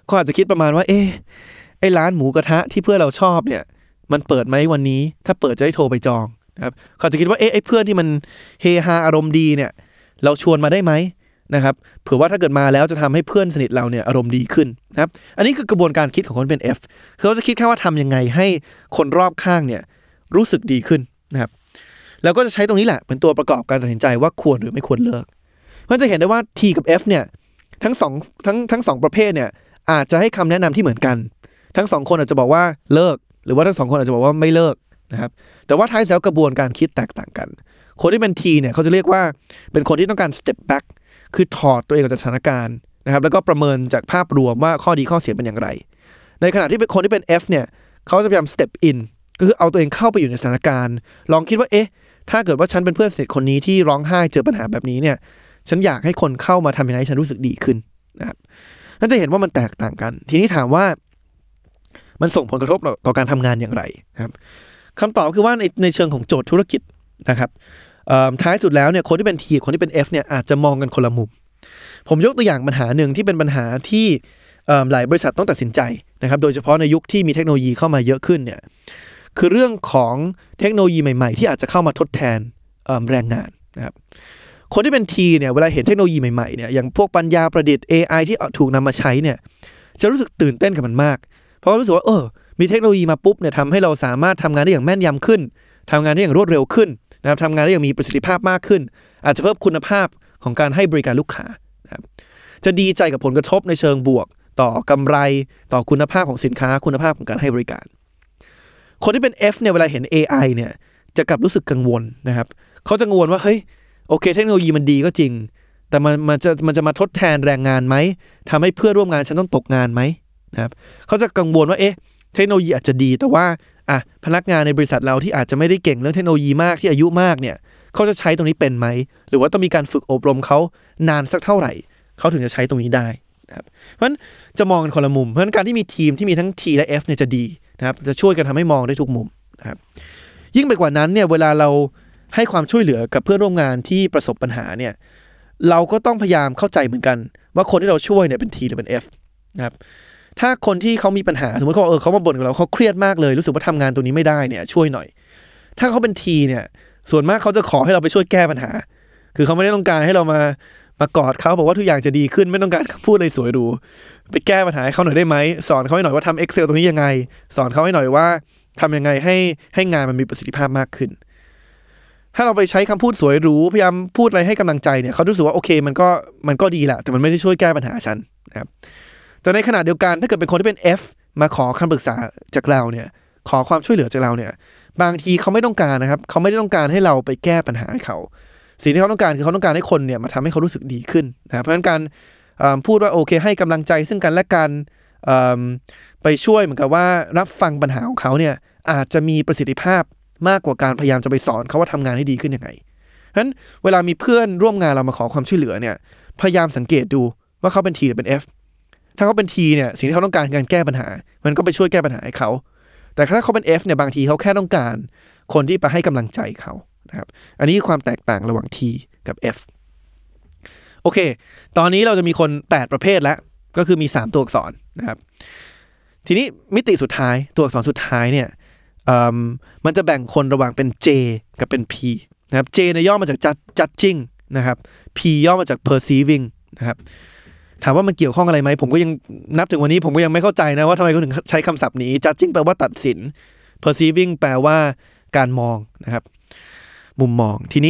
S4: เขาอาจจะคิดประมาณว่าไอ้ร้านหมูกระทะที่เพื่อนเราชอบเนี่ยมันเปิดไหมวันนี้ถ้าเปิดจะได้โทรไปจองนะครับเขาจะคิดว่าไอ้เพื่อนที่มันเฮฮาอารมณ์ดีเนี่ยเราชวนมาได้ไหมนะครับเผื่อว่าถ้าเกิดมาแล้วจะทำให้เพื่อนสนิทเราเนี่ยอารมณ์ดีขึ้นนะครับอันนี้คือกระบวนการคิดของคนเป็น F เขาจะคิดแค่ว่าทำยังไงให้คนรอบข้างเนี่ยรู้สึกดีขึ้นนะครับแล้วก็จะใช้ตรงนี้แหละเป็นตัวประกอบการตัดสินใจว่าควรหรือไม่ควรเลิกเพราะจะเห็นได้ว่า T กับ F เนี่ยทั้งสองประเภทเนี่ยอาจจะให้คำแนะนำที่เหมือนกันทั้งสองคนอาจจะบอกว่าเลิกหรือว่าทั้งสองคนอาจจะบอกว่าไม่เลิกนะครับแต่ว่าท้ายแล้วกระบวนการคิดแตกต่างกันคนที่เป็น T เนี่ยเขาจะเรียกว่าเป็นคนที่ต้องการ step back คือถอดตัวเองออกจากสถานการณ์นะครับแล้วก็ประเมินจากภาพรวมว่าข้อดีข้อเสียเป็นอย่างไรในขณะที่เป็นคนที่เป็น F เนี่ยเขาจะพยายาม step in ก็คือเอาตัวเองเข้าไปอยู่ในสถานการณ์ลองคิดว่าถ้าเกิดว่าฉันเป็นเพื่อนสนิทคนนี้ที่ร้องไห้เจอปัญหาแบบนี้เนี่ยฉันอยากให้คนเข้ามาทำยังไงให้ฉันรู้สึกดีขึ้นนะครับนั่นจะเห็นว่ามันแตกต่างกันทีนี้ถามว่ามันส่งผลกระทบต่อการทำงานอย่างไรครับคำตอบคือว่าในเชิงของโจทย์ธุรกิจนะครับท้ายสุดแล้วเนี่ยคนที่เป็น T คนที่เป็น F เนี่ยอาจจะมองกันคนละมุมผมยกตัวอย่างปัญหาหนึ่งที่เป็นปัญหาที่หลายบริษัทต้องตัดสินใจนะครับโดยเฉพาะในยุคที่มีเทคโนโลยีเข้ามาเยอะขึ้นเนี่ยคือเรื่องของเทคโนโลยีใหม่ๆที่อาจจะเข้ามาทดแทนแรงงานนะครับคนที่เป็น T เนี่ยเวลาเห็นเทคโนโลยีใหม่ๆเนี่ยอย่างพวกปัญญาประดิษฐ์ AI ที่ถูกนำมาใช้เนี่ยจะรู้สึกตื่นเต้นกับมันมากเพราะรู้สึกว่ามีเทคโนโลยีมาปุ๊บเนี่ยทำให้เราสามารถทำงานได้อย่างแม่นยำขึ้นทำงานได้อย่างรวดเร็วขึ้นนะครับทำงานได้อย่างมีประสิทธิภาพมากขึ้นอาจจะเพิ่มคุณภาพของการให้บริการลูกค้านะครับจะดีใจกับผลกระทบในเชิงบวกต่อกำไรต่อคุณภาพของสินค้าคุณภาพของการให้บริการคนที่เป็น F เนี่ยเวลาเห็น AI เนี่ยจะกลับรู้สึกกังวลนะครับเขาจะกังวลว่าเฮ้ยโอเคเทคโนโลยีมันดีก็จริงแต่มันจะมาทดแทนแรงงานไหมทำให้เพื่อนร่วมงานฉันต้องตกงานไหมนะครับเขาจะกังวลว่าเทคโนโลยีอาจจะดีแต่ว่าพนักงานในบริษัทเราที่อาจจะไม่ได้เก่งเรื่องเทคโนโลยีมากที่อายุมากเนี่ยเขาจะใช้ตรงนี้เป็นไหมหรือว่าต้องมีการฝึกอบรมเขานานสักเท่าไหร่เขาถึงจะใช้ตรงนี้ได้นะครับเพราะฉะนั้นจะมองกันคนละมุมเพราะฉะนั้นการที่มีทีมที่มีทั้ง T และ F เนี่ยจะดีนะครับจะช่วยกันทำให้มองได้ทุกมุมนะครับยิ่งไปกว่านั้นเนี่ยเวลาเราให้ความช่วยเหลือกับเพื่อนร่วมงานที่ประสบปัญหาเนี่ยเราก็ต้องพยายามเข้าใจเหมือนกันว่าคนที่เราช่วยเนี่ยเป็น T หรือเป็น F นะครับถ้าคนที่เขามีปัญหาสมมติเขามาบ่นกับเราเขาเครียดมากเลยรู้สึกว่าทำงานตัวนี้ไม่ได้เนี่ยช่วยหน่อยถ้าเขาเป็น T เนี่ยส่วนมากเขาจะขอให้เราไปช่วยแก้ปัญหาคือเขาไม่ได้ต้องการให้เรามากอดเขาบอกว่าทุกอย่างจะดีขึ้นไม่ต้องการพูดอะไรสวยหรูไปแก้ปัญหาให้เขาหน่อยได้ไหมสอนเขาให้หน่อยว่าทำ Excel ตรงนี้ยังไงสอนเขาให้หน่อยว่าทำยังไงให้งานมันมีประสิทธิภาพมากขึ้นถ้าเราไปใช้คำพูดสวยหรูพยายามพูดอะไรให้กำลังใจเนี่ยเขารู้สึกว่าโอเคมันก็ดีแหละแต่มันไม่ได้ช่วยแก้ปัญหาฉันนะครับแต่ในขณะเดียวกันถ้าเกิดเป็นคนที่เป็น F มาขอคำปรึกษาจากเราเนี่ยขอความช่วยเหลือจากเราเนี่ยบางทีเขาไม่ต้องการนะครับเขาไม่ได้ต้องการให้เราไปแก้ปัญหาให้เขาสิ่งที่เขาต้องการคือเขาต้องการให้คนเนี่ยมาทำให้เขารู้สึกดีขึ้นนะเพราะฉะนั้นการพูดว่าโอเคให้กำลังใจซึ่งกันและกันไปช่วยเหมือนกับว่ารับฟังปัญหาของเขาเนี่ยอาจจะมีประสิทธิภาพมากกว่าการพยายามจะไปสอนเขาว่าทำงานให้ดีขึ้นยังไงเพราะฉะนั้นเวลามีเพื่อนร่วมงานเรามาขอความช่วยเหลือเนี่ยพยายามสังเกตดูว่าเขาเป็น T หรือเป็น F ถ้าเขาเป็น T เนี่ยสิ่งที่เขาต้องการการแก้ปัญหามันก็ไปช่วยแก้ปัญหาให้เขาแต่ถ้าเขาเป็น F เนี่ยบางทีเขาแค่ต้องการคนที่ไปให้กำลังใจเขานะครับอันนี้คือความแตกต่างระหว่าง T กับ F โอเคตอนนี้เราจะมีคน8ประเภทแล้วก็คือมี3ตัวอักษรนะครับทีนี้มิติสุดท้ายตัวอักษรสุดท้ายเนี่ยมันจะแบ่งคนระหว่างเป็น J กับเป็น P นะครับ J เนี่ยย่อมาจาก judging นะครับ P ย่อมาจาก perceiving นะครับถามว่ามันเกี่ยวข้องอะไรไหมผมก็ยังนับถึงวันนี้ผมก็ยังไม่เข้าใจนะว่าทำไมเขาถึงใช้คำศัพท์นี้ judging แปลว่าตัดสิน perceiving แปลว่าการมองนะครับมุมมองทีนี้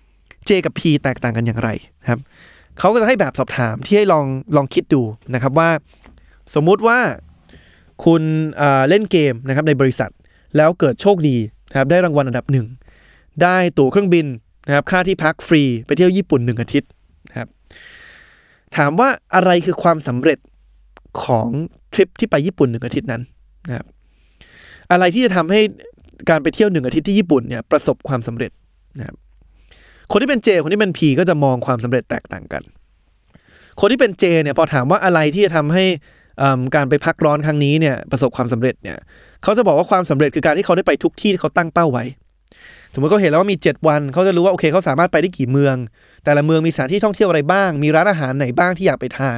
S4: J กับ P แตกต่างกันอย่างไรนะครับเขาก็จะให้แบบสอบถามที่ให้ลองคิดดูนะครับว่าสมมุติว่าคุณเล่นเกมนะครับในบริษัทแล้วเกิดโชคดีนะครับได้รางวัลอันดับ1ได้ตั๋วเครื่องบินนะครับค่าที่พักฟรีไปเที่ยวญี่ปุ่น1อาทิตย์นะครับถามว่าอะไรคือความสำเร็จของทริปที่ไปญี่ปุ่น1อาทิตย์นั้นนะครับอะไรที่จะทำให้การไปเที่ยว1อาทิตย์ที่ญี่ปุ่นเนี่ยประสบความสำเร็จนะครับคนที่เป็น J คนที่เป็น P ก็จะมองความสำเร็จแตกต่างกันคนที่เป็น J เนี่ยพอถามว่าอะไรที่จะทำให้การไปพักร้อนครั้งนี้เนี่ยประสบความสำเร็จเนี่ยเขาจะบอกว่าความสำเร็จคือการที่เขาได้ไปทุกที่ที่เขาตั้งเป้าไว้สมมติเขาเห็นแล้วว่ามี7วันเขาจะรู้ว่าโอเคเขาสามารถไปได้กี่เมืองแต่ละเมืองมีสถานที่ท่องเที่ยวอะไรบ้างมีร้านอาหารไหนบ้างที่อยากไปทาน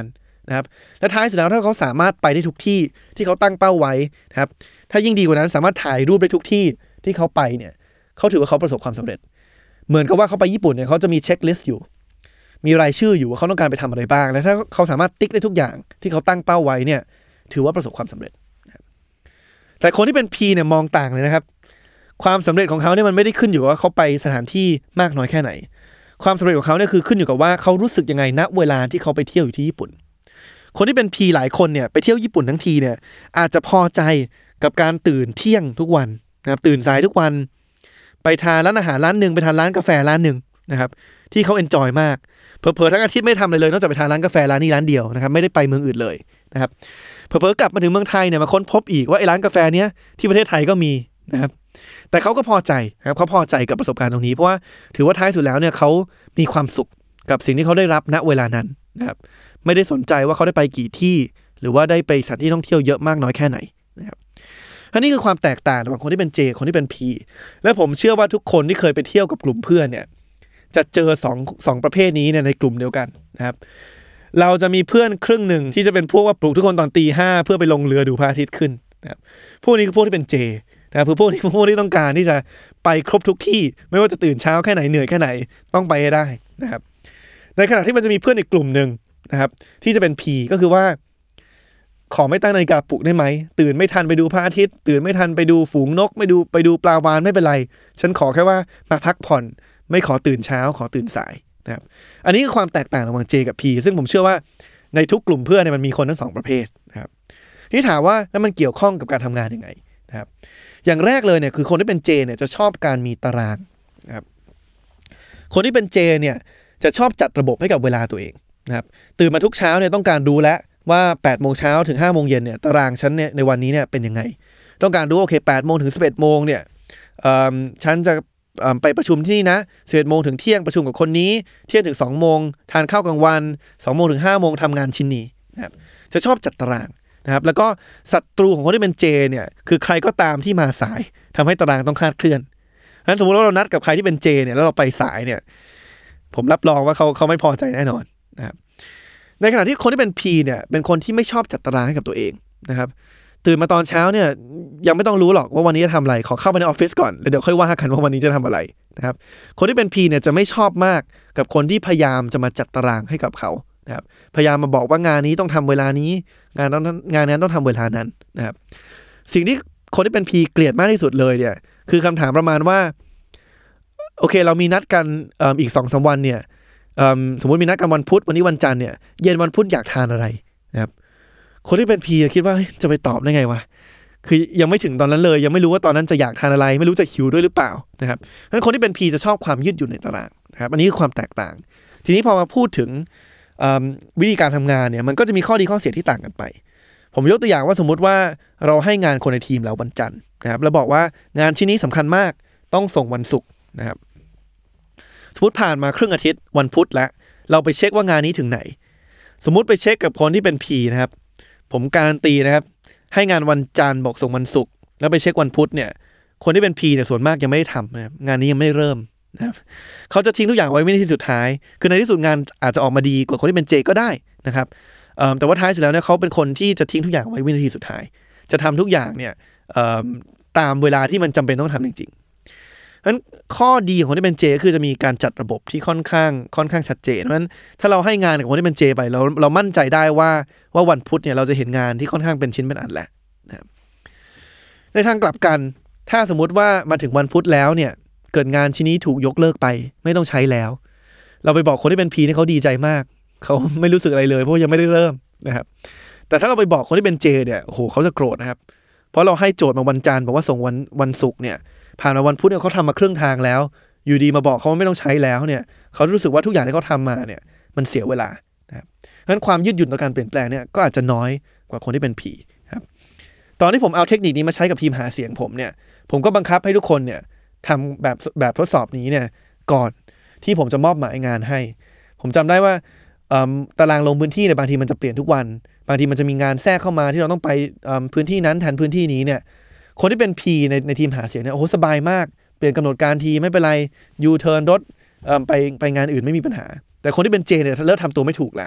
S4: นะครับและท้ายสุดแล้วถ้าเขาสามารถไปได้ทุกที่ที่เขาตั้งเป้าไว้นะครับถ้ายิ่งดีกว่านั้นสามารถถ่ายรูปได้ทุกที่ที่เขาไปเนี่ยเขาถือว่าเขาประสบความสำเร็จเหมือนกับว่าเขาไปญี่ปุ่นเนี่ยเขาจะมีเช็คลิสต์อยู่มีรายชื่ออยู่ว่าเขาต้องการไปทำอะไรบ้างและถ้าเขาสามารถติ๊กได้ทุกอย่างที่เขาตั้งเป้าไว้เนี่ยถือว่าประสบความสำเร็จแต่คนที่เป็น P เนี่ยมองต่างเลยนะครับความสำเร็จของเขาเนี่ยมันไม่ได้ขึ้นอยู่ว่าเขาไปสถานที่มากน้อยแค่ไหนความสำเร็จของเขาเนี่ยคือขึ้นอยู่กับว่าเขารู้สึกยังไงณเวลาที่เขาไปเที่ยวอยู่ที่ญี่ปุ่นคนที่เป็น P หลายคนเนี่ยไปเที่ยวญี่ปุ่นทั้งทีเนี่ยอาจจะพอใจกับการตื่นเที่ยงทุกวันนะครับตื่นสายทุกวันไปทานร้านอาหารร้านนึงไปทานร้านกาแฟร้านนึงนะครับที่เขาเอนจอยมากเผลอๆทั้งอาทิตย์ไม่ทำอะไรเลยนอกจากไปทานร้านกาแฟร้านนี้ร้านเดียวนะครับไม่ได้ไปเมืองอื่นเลยนะครับเผลอๆกลับมาถึงเมืองไทยเนี่ยมาค้นพบอีกว่าไอ้ร้านกาแฟเนี้ยที่ประเทศไทยก็มีนะครับแต่เขาก็พอใจนะครับเขาพอใจกับประสบการณ์ตรงนี้เพราะว่าถือว่าท้ายสุดแล้วเนี่ยเขามีความสุขกับสิ่งที่เขาได้รับณเวลานั้นนะครับไม่ได้สนใจว่าเขาได้ไปกี่ที่หรือว่าได้ไปสถานที่ท่องเที่ยวเยอะมากน้อยแค่ไหนนะครับอันนี้คือความแตกต่างระหว่างคนที่เป็น J คนที่เป็น P และผมเชื่อว่าทุกคนที่เคยไปเที่ยวกับกลุ่มเพื่อนเนี่ยจะเจอสองประเภทนี้เนี่ยในกลุ่มเดียวกันนะครับเราจะมีเพื่อนครึ่งหนึ่งที่จะเป็นพวกว่าปลุกทุกคนตอน 5:00 เพื่อไปลงเรือดูพระอาทิตย์ขึ้นนะครับพวกนี้คือพวกที่เป็น J นะครับคือพวกที่ต้องการที่จะไปครบทุกที่ไม่ว่าจะตื่นเช้าแค่ไหนเหนื่อยแค่ไหนต้องไปให้ได้นะครับในขณะที่มันจะมีเพื่อนอีกกลุ่มนึงนะครับที่จะเป็น P ก็คือว่าขอไม่ตั้งนาฬิกาปลุกได้ไหมตื่นไม่ทันไปดูพระอาทิตย์ตื่นไม่ทันไปดูฝูงนกไปดูปลาวาฬไม่เป็นไรฉันขอแค่ว่ามาพักผ่อนไม่ขอตื่นเช้าขอตื่นสายนะครับอันนี้คือความแตกต่างระหว่าง J กับ P ซึ่งผมเชื่อว่าในทุกกลุ่มเพื่อนเนี่ยมันมีคนทั้งสองประเภทนะครับที่ถามว่าแล้วมันเกี่ยวข้องกับการทำงานยังไงนะครับอย่างแรกเลยเนี่ยคือคนที่เป็น J เนี่ยจะชอบการมีตารางนะครับคนที่เป็น J เนี่ยจะชอบจัดระบบให้กับเวลาตัวเองนะครับตื่นมาทุกเช้าเนี่ยต้องการรู้แล้วว่า 8:00 น.ถึง 5:00 น.เนี่ยตารางฉันเนี่ยในวันนี้เนี่ยเป็นยังไงต้องการรู้โอเค 8:00 น. ถึง 11:00 น. เนี่ยฉันจะไปประชุมที่นี่นะ 11:00 น. ถึงเที่ยงประชุมกับคนนี้เที่ยงถึง 2:00 น. ทานข้าวกลางวัน 2:00 น. ถึง 5:00 น. ทำงานชิ้นนี้นะครับจะชอบจัดตารางนะครับแล้วก็ศัตรูของคนที่เป็น J เนี่ยคือใครก็ตามที่มาสายทำให้ตารางต้องคลาดเคลื่อนงั้นสมมติว่าเรานัดกับใครที่เป็น J เนี่ยแล้วเราไปสายเนี่ยผมรับรองว่าเขาไม่พอใจแน่นอนนะครับในขณะที่คนที่เป็น P เนี่ยเป็นคนที่ไม่ชอบจัดตารางให้กับตัวเองนะครับตื่นมาตอนเช้าเนี่ยยังไม่ต้องรู้หรอกว่าวันนี้จะทำอะไรขอเข้าไปในออฟฟิศก่อนแล้วเดี๋ยวค่อยว่ากันว่าวันนี้จะทำอะไรนะครับคนที่เป็น P เนี่ยจะไม่ชอบมากกับคนที่พยายามจะมาจัดตารางให้กับเขานะครับพยายามมาบอกว่างานนี้ต้องทำเวลานี้งานนั้นต้องทำเวลานั้นนะครับสิ่งที่คนที่เป็น P เกลียดมากที่สุดเลยเนี่ยคือคำถามประมาณว่าโอเคเรามีนัดกันอีก 2-3 วันเนี่ยสมมติมีนัดกันวันพุธวันนี้วันจันทร์เนี่ยเย็นวันพุธอยากทานอะไรนะครับคนที่เป็น P คิดว่าจะไปตอบได้ไงวะคือยังไม่ถึงตอนนั้นเลยยังไม่รู้ว่าตอนนั้นจะอยากทานอะไรไม่รู้จะหิวด้วยหรือเปล่านะครับเพราะฉะนั้นคนที่เป็น P จะชอบความยืดหยุ่นในตารางนะครับอันนี้คือความแตกต่างทีนี้พอมาพูดถึงวิธีการทำงานเนี่ยมันก็จะมีข้อดีข้อเสียที่ต่างกันไปผมยกตัวอย่างว่าสมมุติว่าเราให้งานคนในทีมแล้ววันจันทร์นะครับแล้วบอกว่างานชิ้นนี้สำคัญมากต้องส่งวันศุกร์นะครับสมมติผ่านมาครึ่งอาทิตย์วันพุธแล้วเราไปเช็คว่างานนี้ถึงไหนสมมุติไปเช็คกับคนที่เป็น P นะครับผมการันตีนะครับให้งานวันจันทร์บอกส่งวันศุกร์แล้วไปเช็ควันพุธเนี่ยคนที่เป็น P เนี่ยส่วนมากยังไม่ได้ทำนะครับงานนี้ยังไม่เริ่มนะครับเขาจะทิ้งทุกอย่างไว้วินาทีสุดท้ายคือในที่สุดงานอาจจะออกมาดีกว่าคนที่เป็น J ก็ได้นะครับแต่ว่าท้ายสุดแล้วเนี่ยเขาเป็นคนที่จะทิ้งทุกอย่างไว้วินาทีสุดท้ายจะทำทุกอย่างเนี่ยตามเวลาที่มันจำเป็นต้องทำจริงๆงั้นข้อดีของคนที่เป็น J คือจะมีการจัดระบบที่ค่อนข้างชัดเจนเพราะฉะนั้นถ้าเราให้งานกับคนที่เป็น J ไปเรามั่นใจได้ว่าวันพุธเนี่ยเราจะเห็นงานที่ค่อนข้างเป็นชิ้นเป็นอันแหละนะครับในทางกลับกันถ้าสมมุติว่ามาถึงวันพุธแล้วเนี่ยเกิดงานชิ้นนี้ถูกยกเลิกไปไม่ต้องใช้แล้วเราไปบอกคนที่เป็น P นี่เขาดีใจมากเขาไม่รู้สึกอะไรเลยเพราะยังไม่ได้เริ่มนะครับแต่ถ้าเราไปบอกคนที่เป็น J เนี่ยโอ้โหเขาจะโกรธนะครับเพราะเราให้โจทย์มาวันจันทร์บอกว่าส่งวันศุกร์เนี่ยผ่านมาวันพุธเนี่ยเขาทำมาครึ่งทางแล้วอยู่ดีมาบอกเขาว่าไม่ต้องใช้แล้วเนี่ยเขารู้สึกว่าทุกอย่างที่เขาทำมาเนี่ยมันเสียเวลานะครับงั้นความยืดหยุ่นต่อการเปลี่ยนแปลงเนี่ยก็อาจจะน้อยกว่าคนที่เป็น P ครับตอนที่ผมเอาเทคนิคนี้มาใช้กับทีมหาเสียงผมเนี่ยผมก็บังคับให้ทุกคนเนี่ยทำแบบทดสอบนี้เนี่ยก่อนที่ผมจะมอบหมายงานให้ผมจำได้ว่าตารางลงพื้นที่เนี่ยบางทีมันจะเปลี่ยนทุกวันบางทีมันจะมีงานแทรกเข้ามาที่เราต้องไปพื้นที่นั้นแทนพื้นที่นี้เนี่ยคนที่เป็น P ในทีมหาเสียงเนี่ยโอ้โหสบายมากเปลี่ยนกำหนดการทีไม่เป็นไรยูเทิร์นรถไปงานอื่นไม่มีปัญหาแต่คนที่เป็น J เนี่ยเริ่มทำตัวไม่ถูกแหละ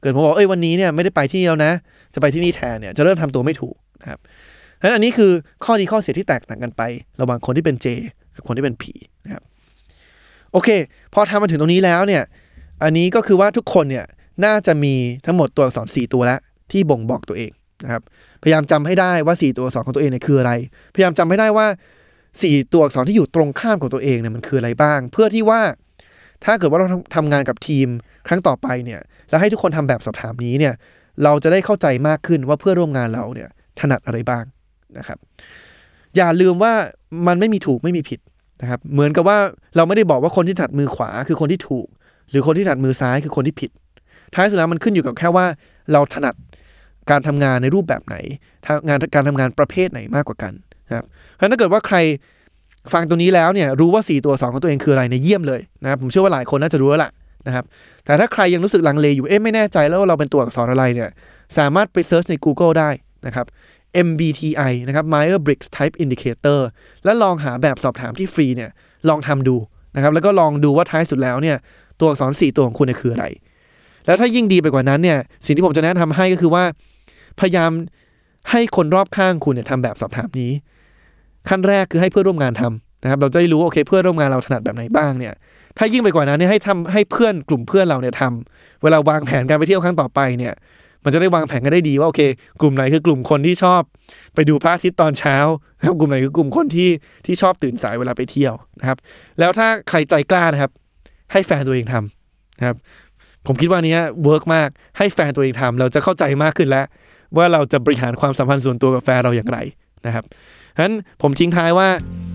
S4: เกิดผมบอกวันนี้เนี่ยไม่ได้ไปที่นี่แล้วนะจะไปที่นี่แทนเนี่ยจะเริ่มทำตัวไม่ถูกนะครับเพราะฉะนั้นอันนี้คือข้อดีข้อเสียที่แตกต่างกันไประหว่างคนที่เป็น J กับคนที่เป็น P นะครับโอเคพอทำมาถึงตรงนี้แล้วเนี่ยอันนี้ก็คือว่าทุกคนเนี่ยน่าจะมีทั้งหมดตัวอักษร4ตัวแล้วที่บ่งบอกตัวเองนะครับพยายามจำให้ได้ว่า4ตัวอักษรของตัวเองเนี่ยคืออะไรพยายามจำให้ได้ว่า4ตัวอักษรที่อยู่ตรงข้ามของตัวเองเนี่ยมันคืออะไรบ้างเพื่อที่ว่าถ้าเกิดว่าเราทำงานกับทีมครั้งต่อไปเนี่ยแล้วให้ทุกคนทำแบบสอบถามนี้เนี่ยเราจะได้เข้าใจมากขึ้นว่าเพื่อนร่วมงานเราเนี่ยถนัดอะไรบ้างนะครับอย่าลืมว่ามันไม่มีถูกไม่มีผิดนะครับเหมือนกับว่าเราไม่ได้บอกว่าคนที่ถนัดมือขวาคือคนที่ถูกหรือคนที่ถนัดมือซ้ายคือคนที่ผิดท้ายสุดแล้วมันขึ้นอยู่กับแค่ว่าเราถนัดการทำงานในรูปแบบไหนการทำงานประเภทไหนมากกว่ากันนะครับเพราะฉะนั้นถ้าเกิดว่าใครฟังตัวนี้แล้วเนี่ยรู้ว่า4ตัว2ของตัวเองคืออะไรเนี่ยเยี่ยมเลยนะครับผมเชื่อว่าหลายคนน่าจะรู้แล้วล่ะนะครับแต่ถ้าใครยังรู้สึกลังเลอยู่ไม่แน่ใจแล้วว่าเราเป็นตัวอักษรอะไรเนี่ยสามารถไปเซิร์ชใน Google ได้นะครับ MBTI นะครับ Myers-Briggs Type Indicator แล้วลองหาแบบสอบถามที่ฟรีเนี่ยลองทำดูนะครับแล้วก็ลองดูว่าท้ายสุดแล้วเนี่ยตัวอักษร4ตัวของคุณเนี่ยคืออะไรแล้วถ้ายิ่งดีไปกว่านั้นเนี่ยสิ่งที่ผมจะแนะนำให้ก็คือว่าพยายามให้คนรอบข้างคุณเนี่ยทำแบบสอบถามนี้ขั้นแรกคือให้เพื่อนร่วมงานทำนะครับเราจะได้รู้ว่าโอเคเพื่อนร่วมงานเราถนัดแบบไหนบ้างเนี่ยถ้ายิ่งไปกว่านั้นเนี่ยให้เพื่อนกลุ่มเพื่อนเราเนี่ยทำเวลาวางแผนการไปเที่ยวครั้งต่อไปเนี่ยมันจะได้วางแผนกันได้ดีว่าโอเคกลุ่มไหนคือกลุ่มคนที่ชอบไปดูพระอาทิตย์ตอนเช้านะครับกลุ่มไหนคือกลุ่มคนที่ชอบตื่นสายเวลาไปเที่ยวนะครับแล้วถ้าใครใจกล้านะครับให้แฟนตัวเองทำนะครับผมคิดว่านี้เวิร์กมากให้แฟนตัวเองทำเราจะเข้าใจมากขึ้นแล้วว่าเราจะบริหารความสัมพันธ์ส่วนตัวกับแฟนเราอย่างไรนะครับฉะนั้นผมทิ้งท้ายว่า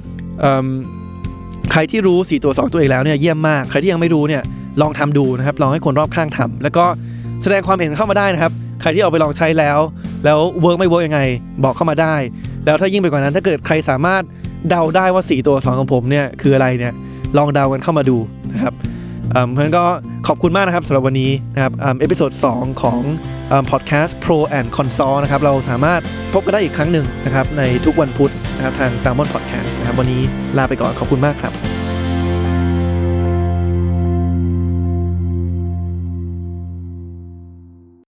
S4: ใครที่รู้4ตัว2ตัวเองแล้วเนี่ยเยี่ยมมากใครที่ยังไม่รู้เนี่ยลองทำดูนะครับลองให้คนรอบข้างทำแล้วก็แสดงความเห็นเข้ามาได้นะครับใครที่เอาไปลองใช้แล้วเวิร์กไม่เวิร์กยังไงบอกเข้ามาได้แล้วถ้ายิ่งไปกว่านั้นถ้าเกิดใครสามารถเดาได้ว่า4ตัว2ของผมเนี่ยคืออะไรเนี่ยลองเดากันเข้ามาดูนะครับเพราะฉะนั้นก็ขอบคุณมากนะครับสำหรับวันนี้นะครับเอพิโซด2ของพอดแคสต์ Pro and Console นะครับเราสามารถพบกันได้อีกครั้งหนึ่งนะครับในทุกวันพุธนะครับทาง Salmon Podcast นะครับวันนี้ลาไปก่อนขอบคุณมากครับ